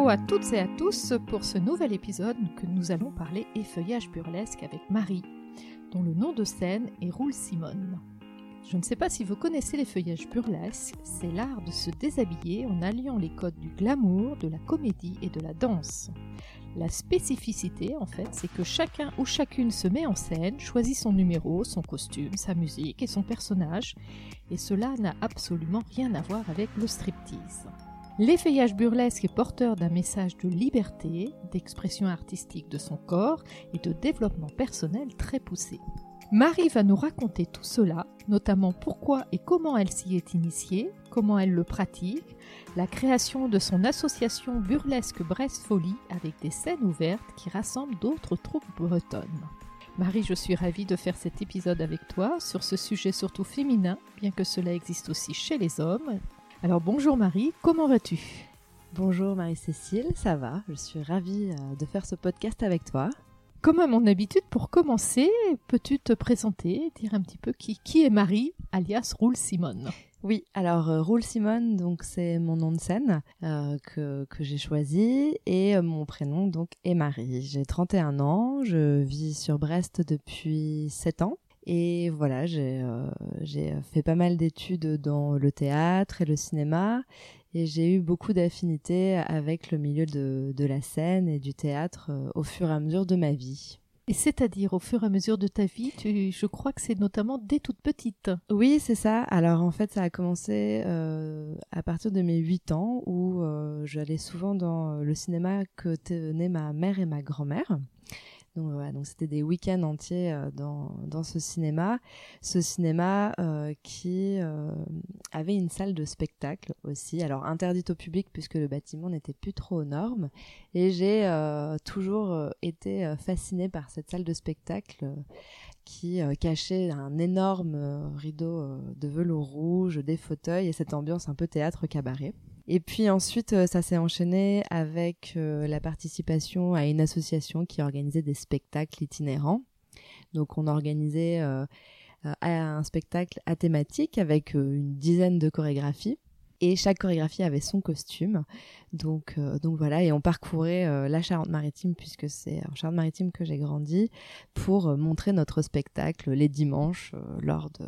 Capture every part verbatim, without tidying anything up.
Ciao à toutes et à tous pour ce nouvel épisode que nous allons parler effeuillage burlesque avec Marie, dont le nom de scène est Roule Simone. Je ne sais pas si vous connaissez l'effeuillage burlesque, c'est l'art de se déshabiller en alliant les codes du glamour, de la comédie et de la danse. La spécificité, en fait, c'est que chacun ou chacune se met en scène, choisit son numéro, son costume, sa musique et son personnage, et cela n'a absolument rien à voir avec le striptease. L'effeuillage burlesque est porteur d'un message de liberté, d'expression artistique de son corps et de développement personnel très poussé. Marie va nous raconter tout cela, notamment pourquoi et comment elle s'y est initiée, comment elle le pratique, la création de son association burlesque Brest Folie avec des scènes ouvertes qui rassemblent d'autres troupes bretonnes. Marie, je suis ravie de faire cet épisode avec toi sur ce sujet surtout féminin, bien que cela existe aussi chez les hommes. Alors bonjour Marie, comment vas-tu ? Bonjour Marie-Cécile, ça va, je suis ravie de faire ce podcast avec toi. Comme à mon habitude, pour commencer, peux-tu te présenter, dire un petit peu qui, qui est Marie, alias Roule Simone ? Oui, alors euh, Roule Simone, donc c'est mon nom de scène euh, que, que j'ai choisi et euh, mon prénom donc est Marie. J'ai trente et un ans, je vis sur Brest depuis sept ans. Et voilà, j'ai, euh, j'ai fait pas mal d'études dans le théâtre et le cinéma et j'ai eu beaucoup d'affinités avec le milieu de, de la scène et du théâtre euh, au fur et à mesure de ma vie. Et c'est-à-dire, au fur et à mesure de ta vie, tu, je crois que c'est notamment dès toute petite. Oui, c'est ça. Alors en fait, ça a commencé euh, à partir de mes huit ans où euh, j'allais souvent dans le cinéma que tenaient ma mère et ma grand-mère. Donc, voilà, donc c'était des week-ends entiers euh, dans, dans ce cinéma. Ce cinéma euh, qui euh, avait une salle de spectacle aussi, alors interdite au public puisque le bâtiment n'était plus trop aux normes. Et j'ai euh, toujours euh, été euh, fascinée par cette salle de spectacle euh, qui euh, cachait un énorme euh, rideau euh, de velours rouge, des fauteuils et cette ambiance un peu théâtre-cabaret. Et puis ensuite, euh, ça s'est enchaîné avec euh, la participation à une association qui organisait des spectacles itinérants. Donc on organisait euh, euh, un spectacle à thématique avec euh, une dizaine de chorégraphies. Et chaque chorégraphie avait son costume. Donc, euh, donc voilà, et on parcourait euh, la Charente-Maritime, puisque c'est en Charente-Maritime que j'ai grandi, pour euh, montrer notre spectacle les dimanches euh, lors de,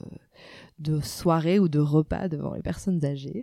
de soirées ou de repas devant les personnes âgées.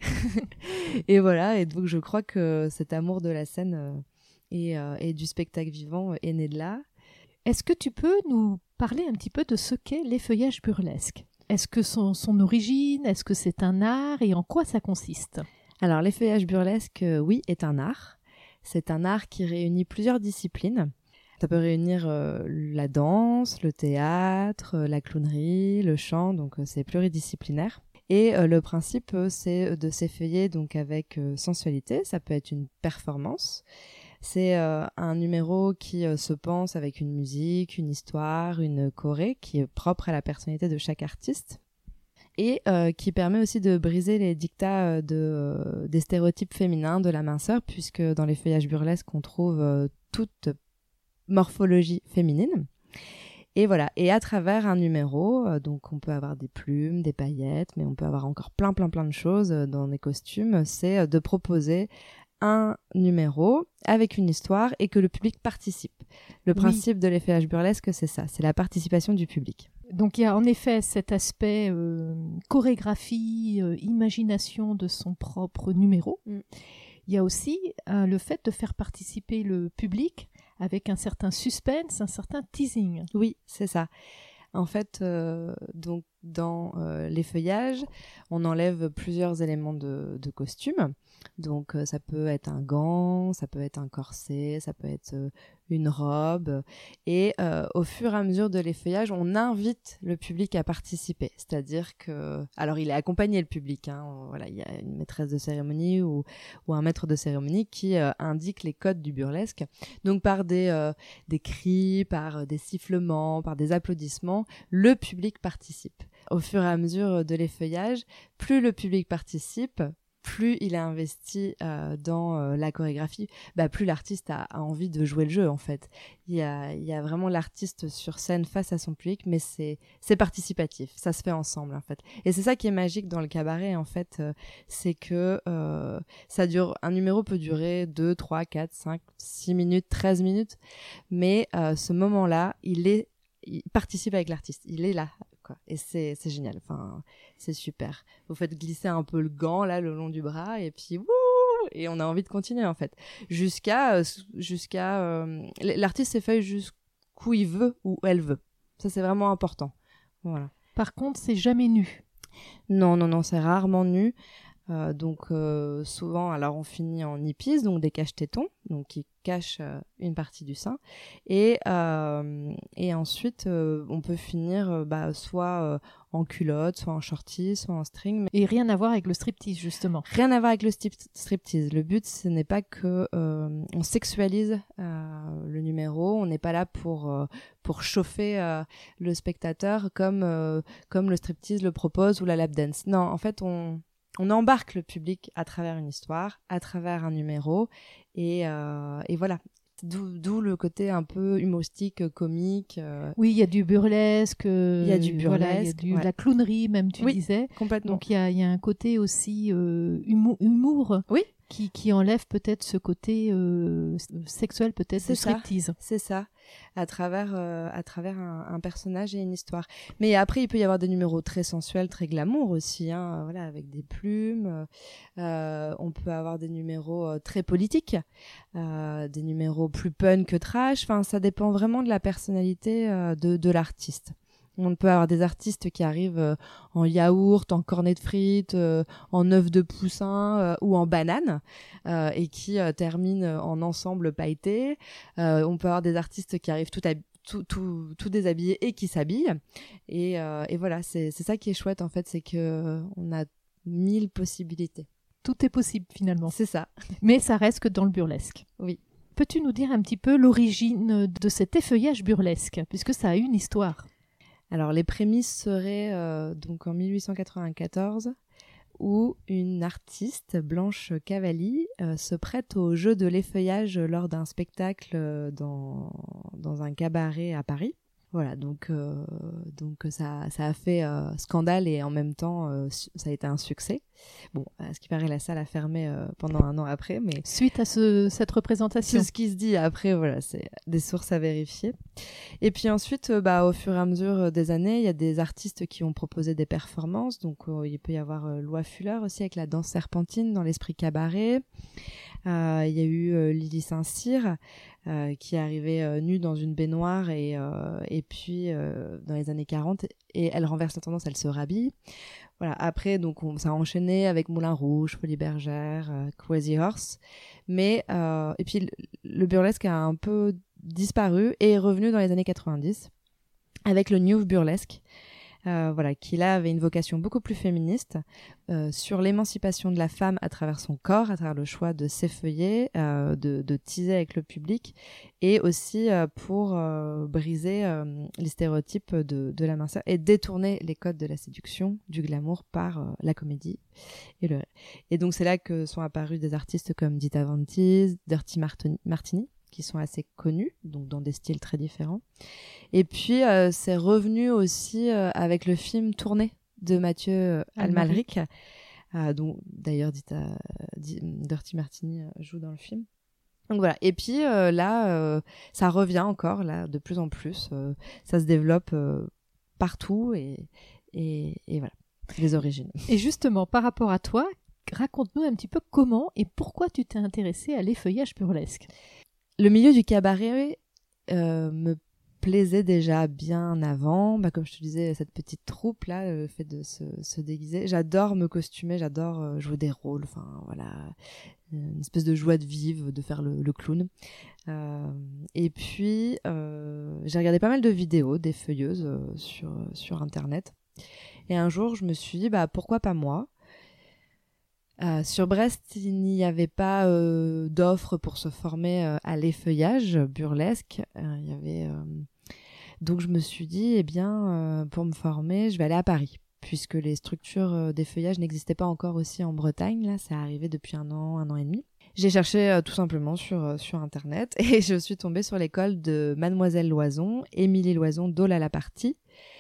Et voilà, et donc je crois que cet amour de la scène euh, et, euh, et du spectacle vivant euh, est né de là. Est-ce que tu peux nous parler un petit peu de ce qu'est l'effeuillage burlesque ? Est-ce que son, son origine, est-ce que c'est un art et en quoi ça consiste ? Alors l'effeuillage burlesque, euh, oui, est un art. C'est un art qui réunit plusieurs disciplines. Ça peut réunir euh, la danse, le théâtre, euh, la clownerie, le chant, donc euh, c'est pluridisciplinaire. Et euh, le principe, euh, c'est de s'effeuiller donc avec euh, sensualité. Ça peut être une performance. C'est euh, un numéro qui euh, se pense avec une musique, une histoire, une choré qui est propre à la personnalité de chaque artiste et euh, qui permet aussi de briser les dictats de, euh, des stéréotypes féminins de la minceur puisque dans les feuillages burlesques, on trouve euh, toute morphologie féminine. Et voilà, et à travers un numéro, euh, donc on peut avoir des plumes, des paillettes, mais on peut avoir encore plein plein plein de choses dans les costumes, c'est euh, de proposer un numéro avec une histoire et que le public participe. Le principe oui. de l'effeuillage burlesque, c'est ça, c'est la participation du public. Donc il y a en effet cet aspect euh, chorégraphie, euh, imagination de son propre numéro. Mm. Il y a aussi euh, le fait de faire participer le public avec un certain suspense, un certain teasing. Oui, c'est ça. En fait, euh, donc dans euh, l'effeuillage, on enlève plusieurs éléments de, de costume. Donc euh, ça peut être un gant, ça peut être un corset, ça peut être euh, une robe. Et euh, au fur et à mesure de l'effeuillage, on invite le public à participer. C'est-à-dire que, alors il est accompagné le public. Hein, voilà, il y a une maîtresse de cérémonie ou, ou un maître de cérémonie qui euh, indique les codes du burlesque. Donc par des euh, des cris, par des sifflements, par des applaudissements, le public participe. Au fur et à mesure de l'effeuillage, plus le public participe, plus il est investi euh, dans euh, la chorégraphie, bah, plus l'artiste a, a envie de jouer le jeu, en fait. Il y a, il y a vraiment l'artiste sur scène face à son public, mais c'est, c'est participatif, ça se fait ensemble, en fait. Et c'est ça qui est magique dans le cabaret, en fait, euh, c'est que euh, ça dure, un numéro peut durer deux, trois, quatre, cinq, six minutes, treize minutes, mais euh, ce moment-là, il est, il participe avec l'artiste, il est là, quoi. Et c'est, c'est génial, enfin, c'est super. Vous faites glisser un peu le gant, là, le long du bras, et puis, wouh, et on a envie de continuer, en fait. Jusqu'à, euh, jusqu'à, euh, l'artiste s'effeuille jusqu'où il veut, ou elle veut. Ça, c'est vraiment important. Voilà. Par contre, c'est jamais nu. Non, non, non, c'est rarement nu. Euh, donc euh, souvent, alors on finit en hippies, donc des cache-tétons, donc qui cachent euh, une partie du sein, et euh, et ensuite euh, on peut finir euh, bah, soit euh, en culotte, soit en shorty, soit en string. Mais... Et rien à voir avec le striptease, justement. Rien à voir avec le strip- striptease. Le but, ce n'est pas que euh, on sexualise euh, le numéro. On n'est pas là pour euh, pour chauffer euh, le spectateur comme euh, comme le striptease le propose ou la lap dance. Non, en fait, on On embarque le public à travers une histoire, à travers un numéro, et, euh, et voilà. D'où, d'où le côté un peu humoristique, comique. Euh... Oui, il y a du burlesque. Il y a du burlesque. Voilà, il y a du, ouais. la clownerie, même, tu oui, disais. Complètement. Donc, il y a, il y a un côté aussi euh, humour, humour oui. qui, qui enlève peut-être ce côté euh, sexuel, peut-être, c'est de striptease. Ça, c'est ça, à travers, euh, à travers un, un personnage et une histoire. Mais après, il peut y avoir des numéros très sensuels, très glamour aussi, hein, voilà, avec des plumes. Euh, on peut avoir des numéros euh, très politiques, euh, des numéros plus punk que trash. Enfin, ça dépend vraiment de la personnalité euh, de, de l'artiste. On peut avoir des artistes qui arrivent euh, en yaourt, en cornet de frites, euh, en œuf de poussin euh, ou en banane euh, et qui euh, terminent en ensemble pailleté. Euh, on peut avoir des artistes qui arrivent tout, hab- tout, tout, tout déshabillés et qui s'habillent. Et, euh, et voilà, c'est, c'est ça qui est chouette en fait, c'est que euh, on a mille possibilités. Tout est possible finalement. C'est ça. Mais ça reste que dans le burlesque. Oui. Peux-tu nous dire un petit peu l'origine de cet effeuillage burlesque, puisque ça a une histoire? Alors, les prémices seraient euh, donc en dix-huit cent quatre-vingt-quatorze, où une artiste, Blanche Cavalli, euh, se prête au jeu de l'effeuillage lors d'un spectacle dans, dans un cabaret à Paris. Voilà, donc, euh, donc ça, ça a fait euh, scandale et en même temps, euh, ça a été un succès. Bon, à ce qui paraît, la salle a fermé euh, pendant un an après, mais... Suite à ce, cette représentation. C'est ce qui se dit après, voilà, c'est des sources à vérifier. Et puis ensuite, euh, bah, au fur et à mesure des années, il y a des artistes qui ont proposé des performances. Donc, euh, il peut y avoir euh, Loi Fuller aussi avec la danse serpentine dans l'esprit cabaret. Euh, il y a eu euh, Lily Saint-Cyr euh, qui est arrivée euh, nue dans une baignoire et, euh, et puis euh, dans les années quarante, et elle renverse la tendance, elle se rhabille. Voilà. Après, donc on, ça a enchaîné avec Moulin Rouge, Folie Bergère, euh, Crazy Horse. Mais, euh, et puis le, le burlesque a un peu disparu et est revenu dans les années quatre-vingt-dix avec le New Burlesque. Euh, voilà, qui là avait une vocation beaucoup plus féministe euh, sur l'émancipation de la femme à travers son corps, à travers le choix de s'effeuiller, euh, de, de teaser avec le public, et aussi euh, pour euh, briser euh, les stéréotypes de, de la minceur et détourner les codes de la séduction, du glamour par euh, la comédie. Et, le... et donc c'est là que sont apparus des artistes comme Dita Von Teese, Dirty Martini, Martini qui sont assez connus, donc dans des styles très différents. Et puis, euh, c'est revenu aussi euh, avec le film Tourné de Mathieu euh, Amalric, euh, dont d'ailleurs Dita, D- Dirty Martini euh, joue dans le film. Donc voilà. Et puis euh, là, euh, ça revient encore, là, de plus en plus. Euh, ça se développe euh, partout et, et, et voilà, les origines. Et justement, par rapport à toi, raconte-nous un petit peu comment et pourquoi tu t'es intéressée à l'effeuillage burlesque. Le milieu du cabaret euh, me plaisait déjà bien avant. Bah, comme je te disais, cette petite troupe là, le fait de se, se déguiser. J'adore me costumer, j'adore euh, jouer des rôles. Enfin voilà, une espèce de joie de vivre, de faire le, le clown. Euh, et puis euh, j'ai regardé pas mal de vidéos d'effeuilleuses euh, sur sur internet. Et un jour, je me suis dit bah pourquoi pas moi. Euh, sur Brest, il n'y avait pas euh, d'offre pour se former euh, à l'effeuillage burlesque. Euh, il y avait, euh... Donc je me suis dit, eh bien, euh, pour me former, je vais aller à Paris. puisque les structures d'effeuillage n'existaient pas encore aussi en Bretagne. Là, c'est arrivé depuis un an, un an et demi. J'ai cherché euh, tout simplement sur, euh, sur Internet et je suis tombée sur l'école de Mademoiselle Loison, Émilie Loison d'Ollalapartie,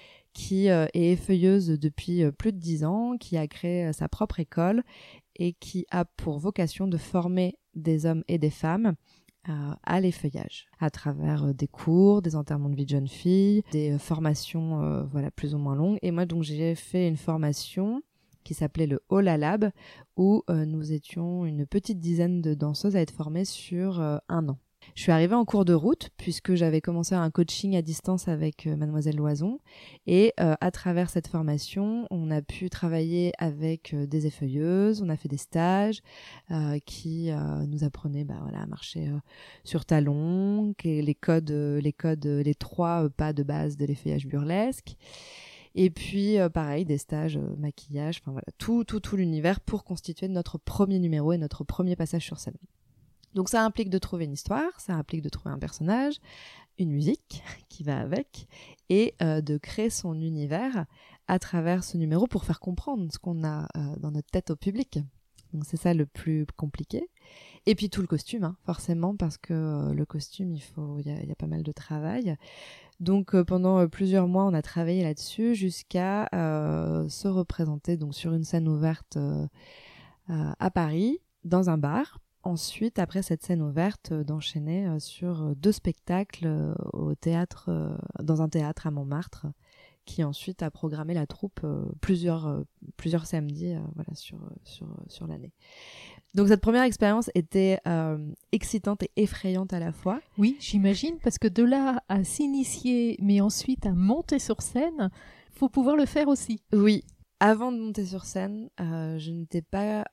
qui euh, est effeuilleuse depuis euh, plus de dix ans, qui a créé euh, sa propre école et qui a pour vocation de former des hommes et des femmes euh, à l'effeuillage, à travers euh, des cours, des enterrements de vie de jeunes filles, des euh, formations euh, voilà, plus ou moins longues. Et moi, donc, j'ai fait une formation qui s'appelait le Hola Lab, où euh, nous étions une petite dizaine de danseuses à être formées sur euh, un an. Je suis arrivée en cours de route puisque j'avais commencé un coaching à distance avec euh, Mademoiselle Loison et euh, à travers cette formation, on a pu travailler avec euh, des effeuilleuses, on a fait des stages euh, qui euh, nous apprenaient bah, voilà, à marcher euh, sur talons, les codes, euh, les codes, les trois euh, pas de base de l'effeuillage burlesque. Et puis, euh, pareil, des stages, euh, maquillage, enfin voilà, tout, tout, tout l'univers pour constituer notre premier numéro et notre premier passage sur scène. Donc ça implique de trouver une histoire, ça implique de trouver un personnage, une musique qui va avec, et euh, de créer son univers à travers ce numéro pour faire comprendre ce qu'on a euh, dans notre tête au public. Donc c'est ça le plus compliqué. Et puis tout le costume, hein, forcément, parce que euh, le costume, il faut, il y a, il y a pas mal de travail. Donc euh, pendant euh, plusieurs mois, on a travaillé là-dessus jusqu'à euh, se représenter donc sur une scène ouverte euh, euh, à Paris, dans un bar. Ensuite, après cette scène ouverte, euh, d'enchaîner euh, sur deux spectacles euh, au théâtre, euh, dans un théâtre à Montmartre, qui ensuite a programmé la troupe euh, plusieurs, euh, plusieurs samedis euh, voilà, sur, sur, sur l'année. Donc cette première expérience était euh, excitante et effrayante à la fois. Oui, j'imagine, parce que de là à s'initier, mais ensuite à monter sur scène, faut pouvoir le faire aussi. Oui, avant de monter sur scène, euh, je n'étais pas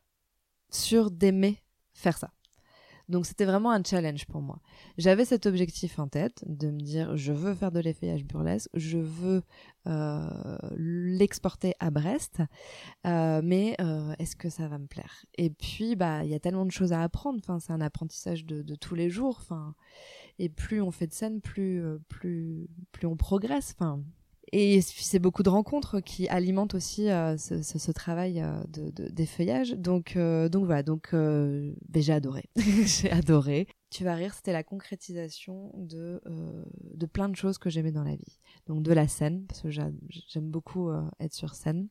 sûre d'aimer faire ça. Donc c'était vraiment un challenge pour moi. J'avais cet objectif en tête de me dire je veux faire de l'effeuillage burlesque, je veux euh, l'exporter à Brest, euh, mais euh, est-ce que ça va me plaire ? Et puis bah il y a tellement de choses à apprendre. Enfin c'est un apprentissage de, de tous les jours. Enfin et plus on fait de scène, plus euh, plus plus on progresse. Enfin. Et c'est beaucoup de rencontres qui alimentent aussi euh, ce, ce, ce travail euh, de, de, d'effeuillage. Donc, euh, donc voilà, donc euh, ben, j'ai adoré. J'ai adoré. Tu vas rire, c'était la concrétisation de, euh, de plein de choses que j'aimais dans la vie. Donc de la scène, parce que j'aime beaucoup euh, être sur scène,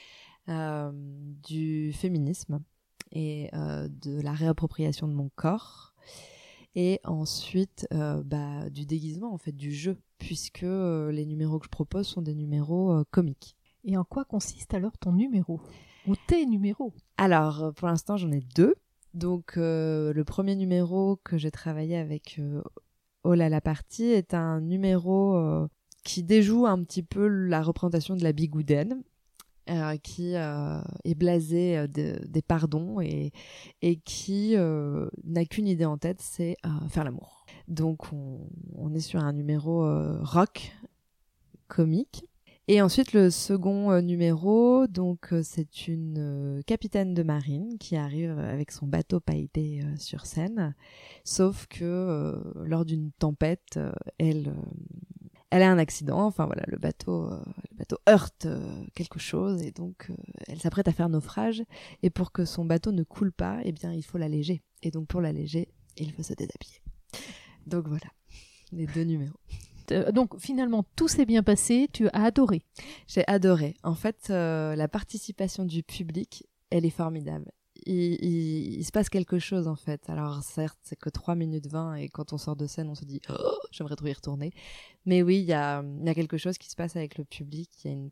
euh, du féminisme et euh, de la réappropriation de mon corps. Et ensuite, euh, bah, du déguisement, en fait, du jeu, puisque euh, les numéros que je propose sont des numéros euh, comiques. Et en quoi consiste alors ton numéro ? Ou tes numéros ? Alors, pour l'instant, j'en ai deux. Donc, euh, le premier numéro que j'ai travaillé avec euh, Ollalapartie est un numéro euh, qui déjoue un petit peu la représentation de la bigoudaine. Euh, qui euh, est blasé euh, de, des pardons et, et qui euh, n'a qu'une idée en tête, c'est euh, faire l'amour. Donc on, on est sur un numéro euh, rock, comique. Et ensuite le second euh, numéro, donc euh, c'est une euh, capitaine de marine qui arrive avec son bateau pailleté euh, sur scène, sauf que euh, lors d'une tempête, euh, elle... Euh, Elle a un accident, enfin voilà, le bateau, euh, le bateau heurte euh, quelque chose et donc euh, elle s'apprête à faire naufrage. Et pour que son bateau ne coule pas, eh bien il faut l'alléger. Et donc pour l'alléger, il faut se déshabiller. Donc voilà, les deux numéros. Euh, donc finalement, tout s'est bien passé, tu as adoré. J'ai adoré. En fait, euh, la participation du public, elle est formidable. Il, il, il se passe quelque chose en fait. Alors certes, c'est que trois minutes vingt et quand on sort de scène, on se dit oh, j'aimerais trop y retourner. Mais oui, il y a, y a quelque chose qui se passe avec le public, il y a une...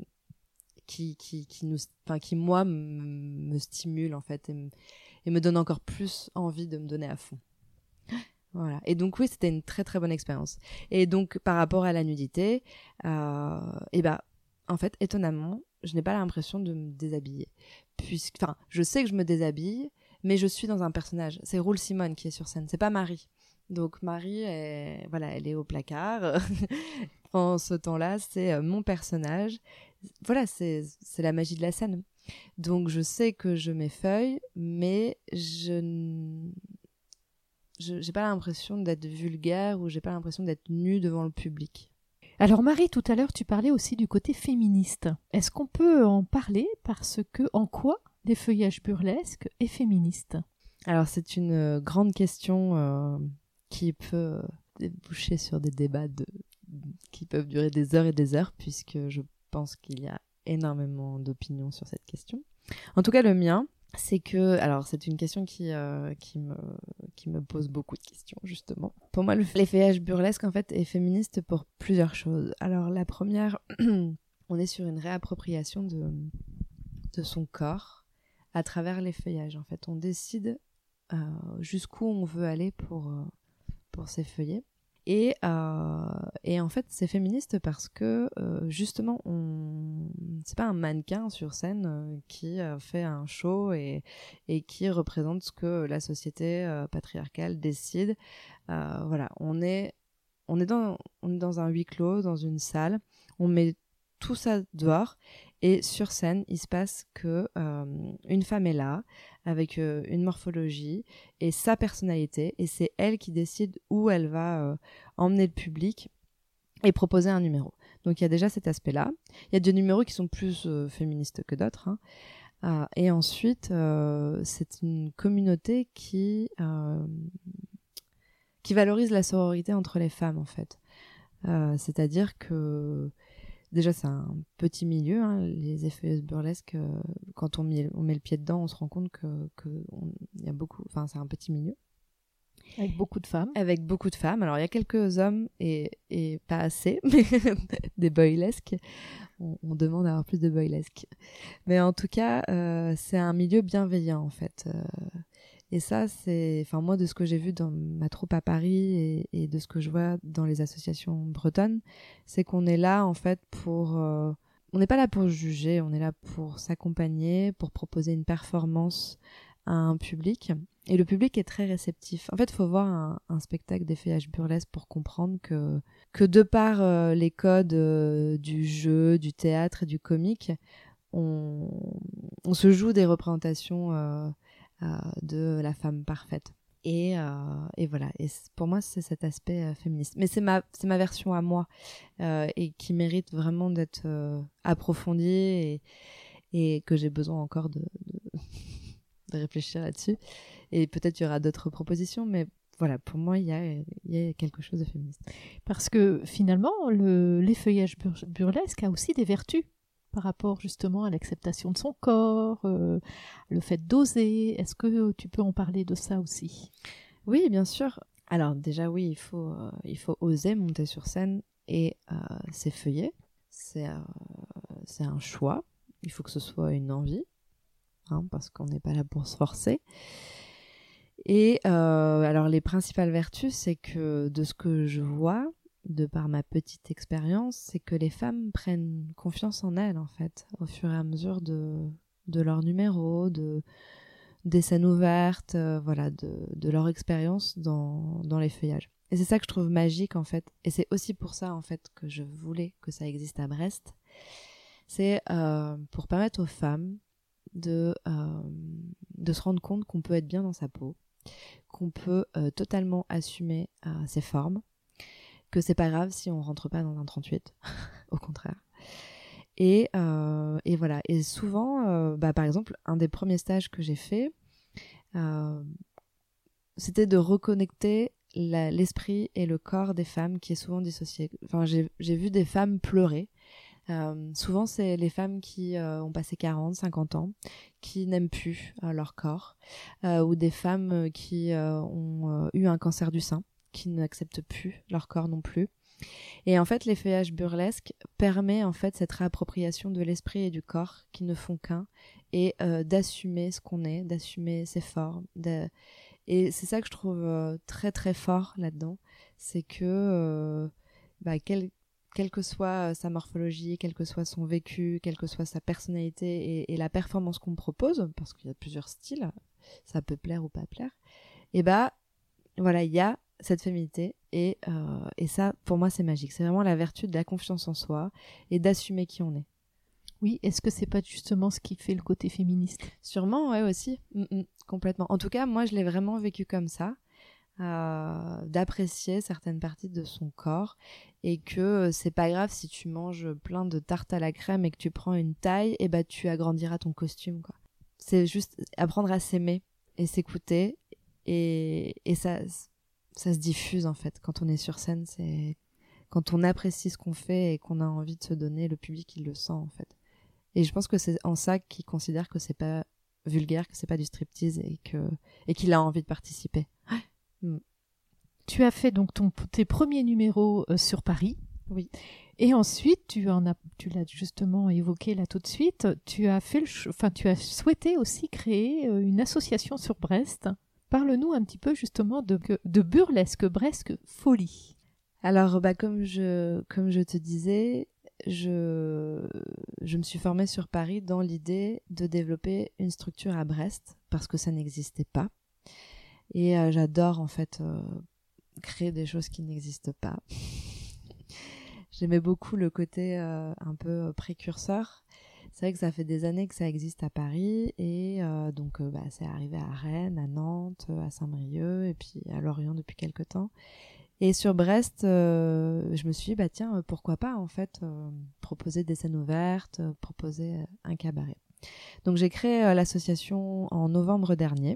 qui, qui, qui, nous, enfin, qui moi me stimule en fait et me, et me donne encore plus envie de me donner à fond. Voilà. Et donc oui, c'était une très très bonne expérience. Et donc par rapport à la nudité, euh, et ben en fait étonnamment, je n'ai pas l'impression de me déshabiller. Puisque, enfin, je sais que je me déshabille, mais je suis dans un personnage. C'est Roule Simone qui est sur scène, c'est pas Marie. Donc Marie, est, voilà, elle est au placard. En ce temps-là, c'est mon personnage. Voilà, c'est c'est la magie de la scène. Donc je sais que je m'effeuille, mais je je j'ai pas l'impression d'être vulgaire ou j'ai pas l'impression d'être nue devant le public. Alors Marie, tout à l'heure, tu parlais aussi du côté féministe. Est-ce qu'on peut en parler parce que, en quoi l'effeuillage burlesque est féministe ? Alors c'est une euh, grande question euh, qui peut euh, déboucher sur des débats de... qui peuvent durer des heures et des heures, puisque je pense qu'il y a énormément d'opinions sur cette question. En tout cas, le mien, c'est que... Alors, c'est une question qui, euh, qui, me, qui me pose beaucoup de questions, justement. Pour moi, le- l'effeuillage burlesque, en fait, est féministe pour plusieurs choses. Alors, la première, on est sur une réappropriation de, de son corps à travers l'effeuillage. En fait, on décide euh, jusqu'où on veut aller pour, euh, pour s'effeuiller. Et, euh, et en fait, c'est féministe parce que euh, justement, on... c'est pas un mannequin sur scène euh, qui euh, fait un show et, et qui représente ce que la société euh, patriarcale décide. Euh, voilà, on est, on, est dans, on est dans un huis clos, dans une salle, on met tout ça dehors et sur scène, il se passe que euh, une femme est là avec euh, une morphologie et sa personnalité et c'est elle qui décide où elle va euh, emmener le public et proposer un numéro. Donc il y a déjà cet aspect-là. Il y a des numéros qui sont plus euh, féministes que d'autres. Hein. Euh, et ensuite, euh, c'est une communauté qui, euh, qui valorise la sororité entre les femmes en fait. Euh, c'est-à-dire que déjà, c'est un petit milieu, hein, les effeuilleuses burlesques. Euh, quand on met, on met le pied dedans, on se rend compte que, que on, y a beaucoup, enfin, c'est un petit milieu. Avec beaucoup de femmes. Avec beaucoup de femmes. Alors, il y a quelques hommes et, et pas assez, mais des boylesques. On, on demande d'avoir plus de boylesques. Mais en tout cas, euh, c'est un milieu bienveillant, en fait. Euh, et ça, c'est, enfin, moi, de ce que j'ai vu dans ma troupe à Paris et, et de ce que je vois dans les associations bretonnes, c'est qu'on est là, en fait, pour... Euh, on n'est pas là pour juger, on est là pour s'accompagner, pour proposer une performance à un public. Et le public est très réceptif. En fait, il faut voir un, un spectacle d'effeuillage burlesque pour comprendre que, que de par euh, les codes euh, du jeu, du théâtre et du comique, on, on se joue des représentations euh, euh, de la femme parfaite. Et, euh, et voilà. Et pour moi, c'est cet aspect euh, féministe. Mais c'est ma, c'est ma version à moi euh, et qui mérite vraiment d'être euh, approfondie et, et que j'ai besoin encore de, de, de réfléchir là-dessus. Et peut-être il y aura d'autres propositions, mais voilà, pour moi, il y a, il y a quelque chose de féministe. Parce que finalement, le, l'effeuillage bur- burlesque a aussi des vertus par rapport justement à l'acceptation de son corps, euh, le fait d'oser. Est-ce que tu peux en parler de ça aussi ? Oui, bien sûr. Alors déjà, oui, il faut, euh, il faut oser monter sur scène et euh, s'effeuiller. C'est, euh, c'est un choix. Il faut que ce soit une envie, hein, parce qu'on n'est pas là pour se forcer. Et euh, alors les principales vertus, c'est que de ce que je vois, de par ma petite expérience, c'est que les femmes prennent confiance en elles, en fait, au fur et à mesure de, de leur numéro, de, des scènes ouvertes, euh, voilà, de, de leur expérience dans, dans les feuillages. Et c'est ça que je trouve magique, en fait. Et c'est aussi pour ça, en fait, que je voulais que ça existe à Brest. C'est euh, pour permettre aux femmes de, euh, de se rendre compte qu'on peut être bien dans sa peau, qu'on peut euh, totalement assumer euh, ses formes, que c'est pas grave si on rentre pas dans un trente-huit, au contraire. Et, euh, et voilà. Et souvent, euh, bah, par exemple, un des premiers stages que j'ai fait, euh, c'était de reconnecter la, l'esprit et le corps des femmes qui est souvent dissocié. Enfin, j'ai, j'ai vu des femmes pleurer. Euh, souvent, c'est les femmes qui euh, ont passé quarante, cinquante ans, qui n'aiment plus euh, leur corps, euh, ou des femmes qui euh, ont euh, eu un cancer du sein, qui n'acceptent plus leur corps non plus. Et en fait, l'effeuillage burlesque permet en fait cette réappropriation de l'esprit et du corps qui ne font qu'un, et euh, d'assumer ce qu'on est, d'assumer ses formes. De... Et c'est ça que je trouve euh, très très fort là-dedans, c'est que euh, bah, quel quelle que soit sa morphologie, quel que soit son vécu, quelle que soit sa personnalité et, et la performance qu'on me propose, parce qu'il y a plusieurs styles, ça peut plaire ou pas plaire, et bah voilà, il y a cette féminité et, euh, et ça, pour moi, c'est magique. C'est vraiment la vertu de la confiance en soi et d'assumer qui on est. Oui, est-ce que c'est pas justement ce qui fait le côté féministe ? Sûrement, ouais, aussi, mm-mm, complètement. En tout cas, moi, je l'ai vraiment vécu comme ça. euh, d'apprécier certaines parties de son corps et que euh, c'est pas grave si tu manges plein de tartes à la crème et que tu prends une taille, et bah tu agrandiras ton costume, quoi. C'est juste apprendre à s'aimer et s'écouter et, et ça, ça se diffuse en fait quand on est sur scène. C'est quand on apprécie ce qu'on fait et qu'on a envie de se donner, le public il le sent en fait. Et je pense que c'est en ça qu'il considère que c'est pas vulgaire, que c'est pas du striptease et que et qu'il a envie de participer. Mm. Tu as fait donc ton, tes premiers numéros euh, sur Paris. Oui. Et ensuite, tu en as, tu l'as justement évoqué là tout de suite. Tu as fait, le, enfin, tu as souhaité aussi créer euh, une association sur Brest. Parle-nous un petit peu justement de, de burlesque, Brest folie. Alors, bah comme je comme je te disais, je je me suis formée sur Paris dans l'idée de développer une structure à Brest parce que ça n'existait pas. Et euh, j'adore en fait euh, créer des choses qui n'existent pas. J'aimais beaucoup le côté euh, un peu précurseur. C'est vrai que ça fait des années que ça existe à Paris et euh, donc euh, bah, c'est arrivé à Rennes, à Nantes, à Saint-Brieuc et puis à Lorient depuis quelques temps. Et sur Brest, euh, je me suis dit bah tiens pourquoi pas en fait euh, proposer des scènes ouvertes, euh, proposer un cabaret. Donc j'ai créé euh, l'association en novembre dernier.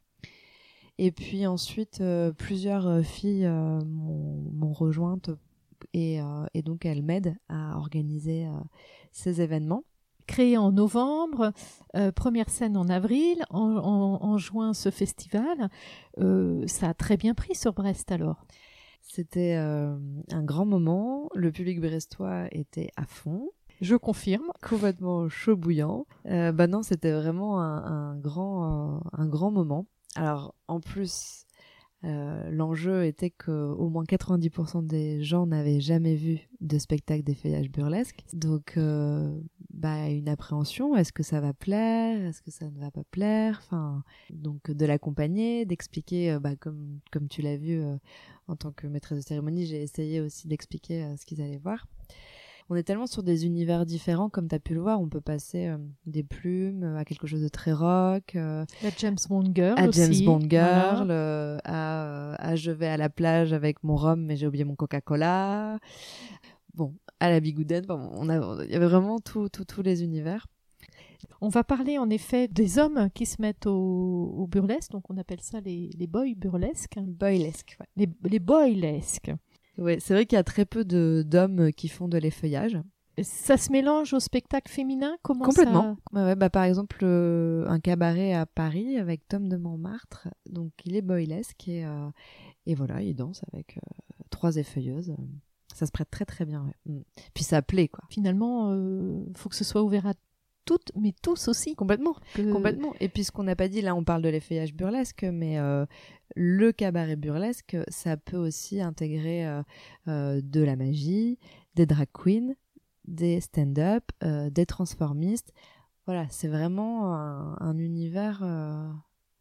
Et puis ensuite, euh, plusieurs filles euh, m'ont, m'ont rejointe et, euh, et donc elles m'aident à organiser euh, ces événements. Créé en novembre, euh, première scène en avril, en, en, en juin ce festival, euh, ça a très bien pris sur Brest alors. C'était euh, un grand moment, le public brestois était à fond. Je confirme. Complètement chaud bouillant. Euh, bah non, c'était vraiment un, un, grand, euh, un grand moment. Alors, en plus, euh, l'enjeu était qu'au moins quatre-vingt-dix pour cent des gens n'avaient jamais vu de spectacle d'effeuillage burlesque. Donc, euh, bah, une appréhension, est-ce que ça va plaire? Est-ce que ça ne va pas plaire? Enfin, donc, de l'accompagner, d'expliquer, euh, bah, comme, comme tu l'as vu euh, en tant que maîtresse de cérémonie, j'ai essayé aussi d'expliquer euh, ce qu'ils allaient voir. On est tellement sur des univers différents, comme tu as pu le voir. On peut passer euh, des plumes à quelque chose de très rock. Euh, la James Bond Girl à aussi. James Bond Girl. Voilà. Euh, à, à je vais à la plage avec mon rhum, mais j'ai oublié mon Coca-Cola. Bon, à la Bigouden. Enfin, on a, il y avait vraiment tous tout, tout les univers. On va parler en effet des hommes qui se mettent au, au burlesque. Donc on appelle ça les, les boys burlesques. Boylesque, ouais. Les, les boylesques. Ouais, c'est vrai qu'il y a très peu de, d'hommes qui font de l'effeuillage. Ça se mélange au spectacle féminin? Comment Complètement. ça... Ouais, ouais, bah, par exemple, euh, un cabaret à Paris avec Tom de Montmartre. Donc, il est boylesque et, euh, et voilà, il danse avec euh, trois effeuilleuses. Ça se prête très très bien. Ouais. Mm. Puis ça plaît, quoi. Finalement, il euh, faut que ce soit ouvert à toutes, mais tous aussi. Complètement. Que... Complètement. Et puis, ce qu'on n'a pas dit, là, on parle de l'effeuillage burlesque, mais euh, le cabaret burlesque, ça peut aussi intégrer euh, euh, de la magie, des drag queens, des stand-up, euh, des transformistes. Voilà, c'est vraiment un, un univers euh,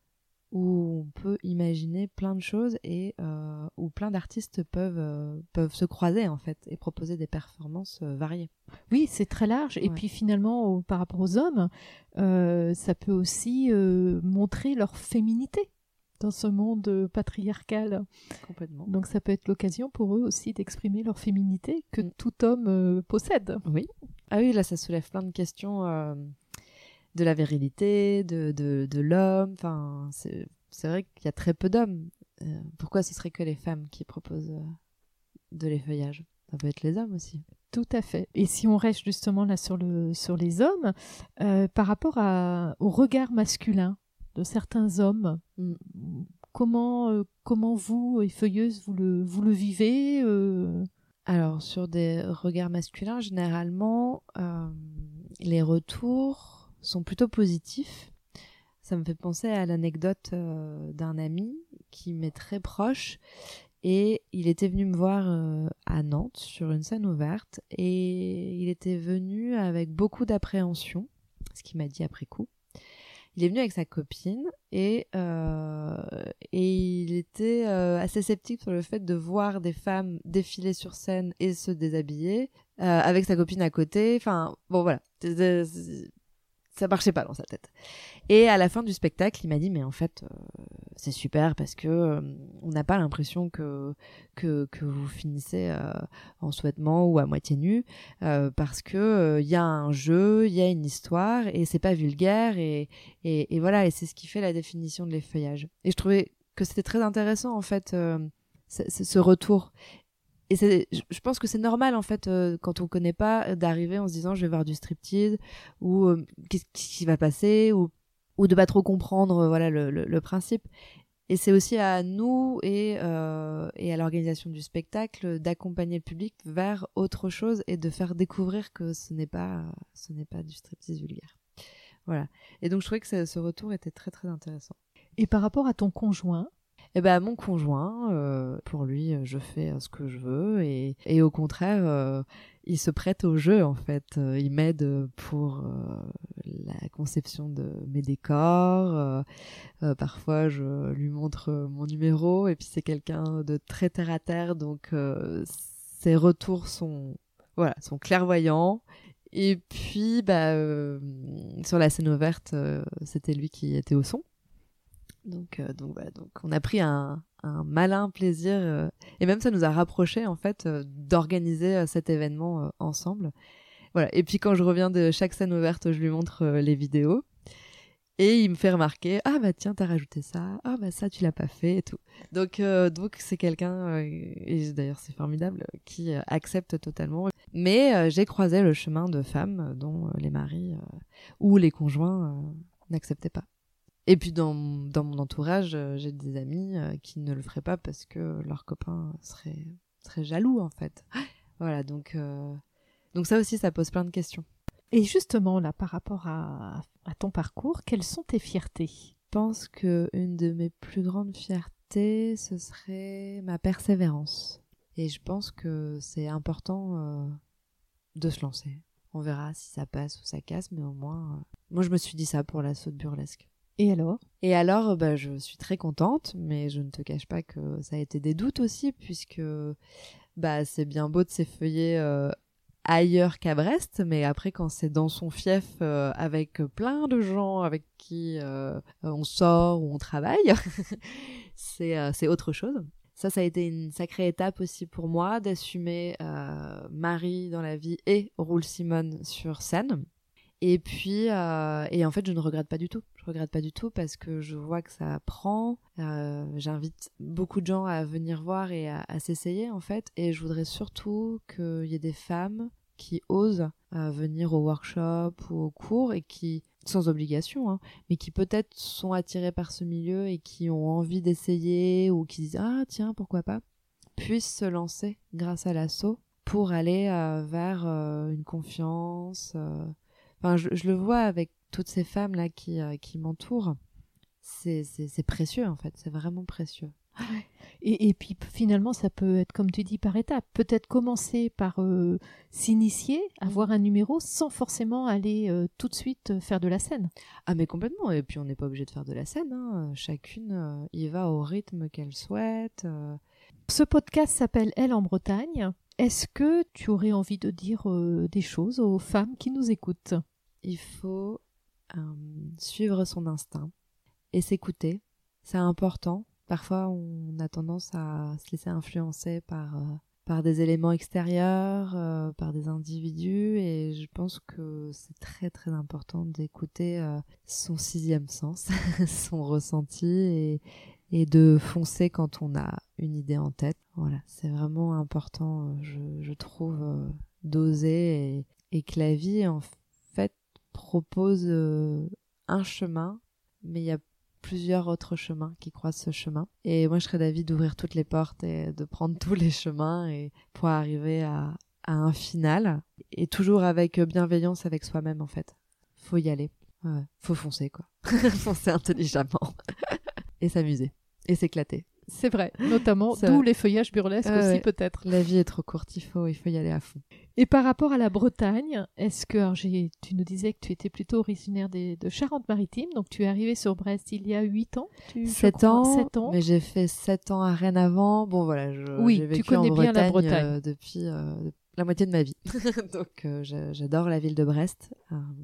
où on peut imaginer plein de choses et euh, où plein d'artistes peuvent, euh, peuvent se croiser en fait et proposer des performances euh, variées. Oui, c'est très large. Et ouais. puis finalement, au, par rapport aux hommes, euh, ça peut aussi euh, montrer leur féminité dans ce monde patriarcal. Complètement. Donc ça peut être l'occasion pour eux aussi d'exprimer leur féminité que mm. tout homme euh, possède. Oui. Ah oui, là ça soulève plein de questions euh, de la virilité, de, de, de l'homme. Enfin, c'est, c'est vrai qu'il y a très peu d'hommes. Euh, pourquoi ce serait que les femmes qui proposent euh, de l'effeuillage? Ça peut être les hommes aussi. Tout à fait. Et si on reste justement là sur, le, sur les hommes, euh, par rapport à, au regard masculin de certains hommes, mm. comment, euh, comment vous, effeuilleuse, vous le, vous le vivez euh... Alors, sur des regards masculins, généralement, euh, les retours sont plutôt positifs. Ça me fait penser à l'anecdote euh, d'un ami qui m'est très proche. Et il était venu me voir euh, à Nantes sur une scène ouverte. Et il était venu avec beaucoup d'appréhension, ce qu'il m'a dit après coup. Il est venu avec sa copine et, euh, et il était euh, assez sceptique sur le fait de voir des femmes défiler sur scène et se déshabiller euh, avec sa copine à côté. Enfin, bon voilà. ça marchait pas dans sa tête. Et à la fin du spectacle, il m'a dit mais en fait euh, c'est super parce que euh, on n'a pas l'impression que que que vous finissez euh, en sous-vêtements ou à moitié nu euh, parce que il euh, y a un jeu, il y a une histoire et c'est pas vulgaire et, et et voilà et c'est ce qui fait la définition de l'effeuillage. Et je trouvais que c'était très intéressant en fait euh, c- c- ce retour. Et c'est, je pense que c'est normal en fait euh, quand on connaît pas d'arriver en se disant je vais voir du striptease ou euh, qu'est-ce qui va passer ou ou de pas trop comprendre euh, voilà le, le, le principe. Et c'est aussi à nous et euh, et à l'organisation du spectacle d'accompagner le public vers autre chose et de faire découvrir que ce n'est pas ce n'est pas du striptease vulgaire. Voilà. Et donc je trouvais que ce, ce retour était très très intéressant. Et par rapport à ton conjoint? Eh ben, mon conjoint, euh, pour lui, je fais ce que je veux et, et au contraire, euh, il se prête au jeu en fait. Euh, il m'aide pour euh, la conception de mes décors. Euh, euh, parfois, je lui montre mon numéro et puis c'est quelqu'un de très terre à terre, donc euh, ses retours sont voilà sont clairvoyants. Et puis, bah, euh, sur la scène ouverte, euh, c'était lui qui était au son. Donc, euh, donc, voilà, donc on a pris un, un malin plaisir euh, et même ça nous a rapprochés en fait euh, d'organiser euh, cet événement euh, ensemble. Voilà. Et puis quand je reviens de chaque scène ouverte, je lui montre euh, les vidéos et il me fait remarquer ah bah tiens t'as rajouté ça, ah bah ça tu l'as pas fait et tout. Donc euh, donc c'est quelqu'un euh, et d'ailleurs c'est formidable qui euh, accepte totalement. Mais euh, j'ai croisé le chemin de femmes dont euh, les maris euh, ou les conjoints euh, n'acceptaient pas. Et puis dans, dans mon entourage, euh, j'ai des amis euh, qui ne le feraient pas parce que leurs copains seraient, seraient jaloux en fait. Voilà, donc, euh, donc ça aussi, ça pose plein de questions. Et justement, là, par rapport à, à ton parcours, quelles sont tes fiertés? Je pense qu'une de mes plus grandes fiertés, ce serait ma persévérance. Et je pense que c'est important euh, de se lancer. On verra si ça passe ou ça casse, mais au moins... Euh... Moi, je me suis dit ça pour l'assaut de burlesque. Et alors? Et alors, bah, je suis très contente, mais je ne te cache pas que ça a été des doutes aussi, puisque bah, c'est bien beau de s'effeuiller euh, ailleurs qu'à Brest, mais après, quand c'est dans son fief, euh, avec plein de gens avec qui euh, on sort ou on travaille, c'est, euh, c'est autre chose. Ça, ça a été une sacrée étape aussi pour moi, d'assumer euh, Marie dans la vie et Roule Simone sur scène. Et puis, euh, et en fait, je ne regrette pas du tout. Je regrette pas du tout parce que je vois que ça prend. Euh, j'invite beaucoup de gens à venir voir et à, à s'essayer, en fait. Et je voudrais surtout qu'il y ait des femmes qui osent euh, venir au workshop ou au cours et qui, sans obligation, hein, mais qui peut-être sont attirées par ce milieu et qui ont envie d'essayer ou qui disent « Ah, tiens, pourquoi pas ?» puissent se lancer grâce à l'assaut pour aller euh, vers euh, une confiance... Euh, Enfin, je, je le vois avec toutes ces femmes-là qui, euh, qui m'entourent. C'est, c'est, c'est précieux, en fait. C'est vraiment précieux. Et, et puis, finalement, ça peut être, comme tu dis, par étapes. Peut-être commencer par euh, s'initier, avoir un numéro, sans forcément aller euh, tout de suite faire de la scène. Ah, mais complètement. Et puis, on n'est pas obligé de faire de la scène. Hein. Chacune euh, y va au rythme qu'elle souhaite. Euh... Ce podcast s'appelle « Elle en Bretagne ». Est-ce que tu aurais envie de dire euh, des choses aux femmes qui nous écoutent? Il faut euh, suivre son instinct et s'écouter. C'est important. Parfois, on a tendance à se laisser influencer par, euh, par des éléments extérieurs, euh, par des individus. Et je pense que c'est très, très important d'écouter euh, son sixième sens, son ressenti et, et de foncer quand on a une idée en tête. Voilà, c'est vraiment important, je, je trouve, euh, d'oser et, et que la vie, en fait, propose euh, un chemin, mais il y a plusieurs autres chemins qui croisent ce chemin. Et moi, je serais d'avis d'ouvrir toutes les portes et de prendre tous les chemins et pour arriver à, à un final. Et toujours avec bienveillance avec soi-même, en fait. Faut y aller. Ouais, faut foncer, quoi. Foncer intelligemment. Et s'amuser. Et s'éclater. C'est vrai, notamment, ça... d'où les feuillages burlesques euh, aussi ouais. peut-être. La vie est trop courte, il faut, il faut y aller à fond. Et par rapport à la Bretagne, est-ce que, alors j'ai, tu nous disais que tu étais plutôt originaire des, de Charente-Maritime, donc tu es arrivée sur Brest il y a huit ans tu, sept ans, sept ans, mais j'ai fait sept ans à Rennes avant. Bon voilà, je, oui, j'ai vécu tu connais en bien Bretagne, la Bretagne. Euh, depuis euh, la moitié de ma vie. Donc euh, j'adore la ville de Brest. Euh,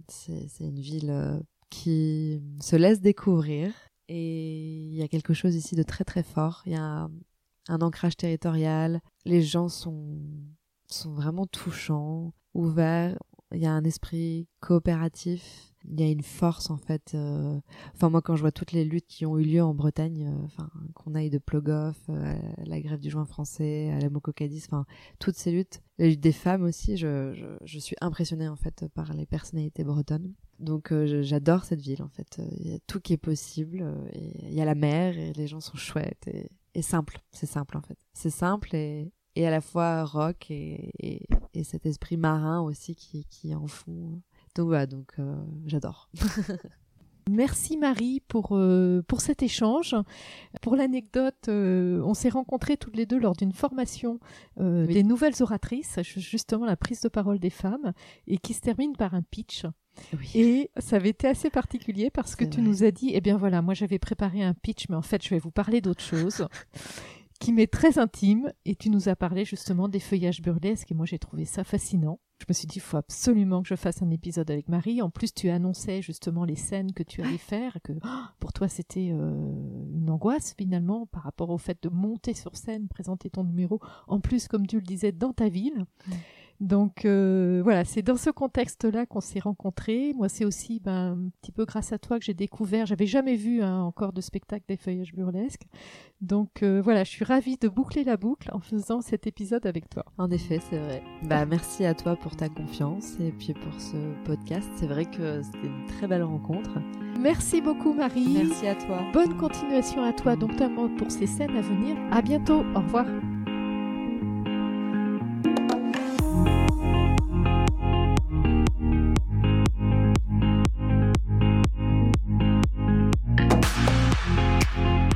c'est, c'est une ville euh, qui se laisse découvrir. Et il y a quelque chose ici de très très fort. Il y a un, un ancrage territorial. Les gens sont, sont vraiment touchants, ouverts. Il y a un esprit coopératif. Il y a une force en fait. Euh... Enfin moi quand je vois toutes les luttes qui ont eu lieu en Bretagne, euh, enfin qu'on aille de Plogoff, euh, à la grève du juin français, à la Mococadis, enfin toutes ces luttes, la lutte des femmes aussi, je, je, je suis impressionnée en fait par les personnalités bretonnes. Donc euh, j'adore cette ville en fait. Il y a tout qui est possible. Euh, et il y a la mer et les gens sont chouettes et, et simple. C'est simple en fait. C'est simple et et à la fois rock et, et, et cet esprit marin aussi qui, qui en font. Donc voilà, donc euh, j'adore. Merci Marie pour, euh, pour cet échange. Pour l'anecdote, euh, on s'est rencontrées toutes les deux lors d'une formation euh, oui. des nouvelles oratrices, justement la prise de parole des femmes, et qui se termine par un pitch. Oui. Et ça avait été assez particulier parce que C'est tu vrai. nous as dit, eh bien voilà, moi j'avais préparé un pitch, mais en fait je vais vous parler d'autre chose. qui m'est très intime, et tu nous as parlé justement des feuillages burlesques, et moi j'ai trouvé ça fascinant. Je me suis dit, il faut absolument que je fasse un épisode avec Marie. En plus, tu annonçais justement les scènes que tu allais faire, que oh, pour toi c'était euh, une angoisse finalement par rapport au fait de monter sur scène, présenter ton numéro, en plus comme tu le disais, dans ta ville. Mmh. Donc euh, voilà, c'est dans ce contexte-là qu'on s'est rencontrés. Moi, c'est aussi ben, un petit peu grâce à toi que j'ai découvert, j'avais jamais vu hein, encore de spectacle des feuillages burlesques. Donc euh, voilà, je suis ravie de boucler la boucle en faisant cet épisode avec toi. En effet, c'est vrai. Bah, merci à toi pour ta confiance et puis pour ce podcast. C'est vrai que c'était une très belle rencontre. Merci beaucoup Marie. Merci à toi. Bonne continuation à toi, donc notamment pour ces scènes à venir. À bientôt, au revoir.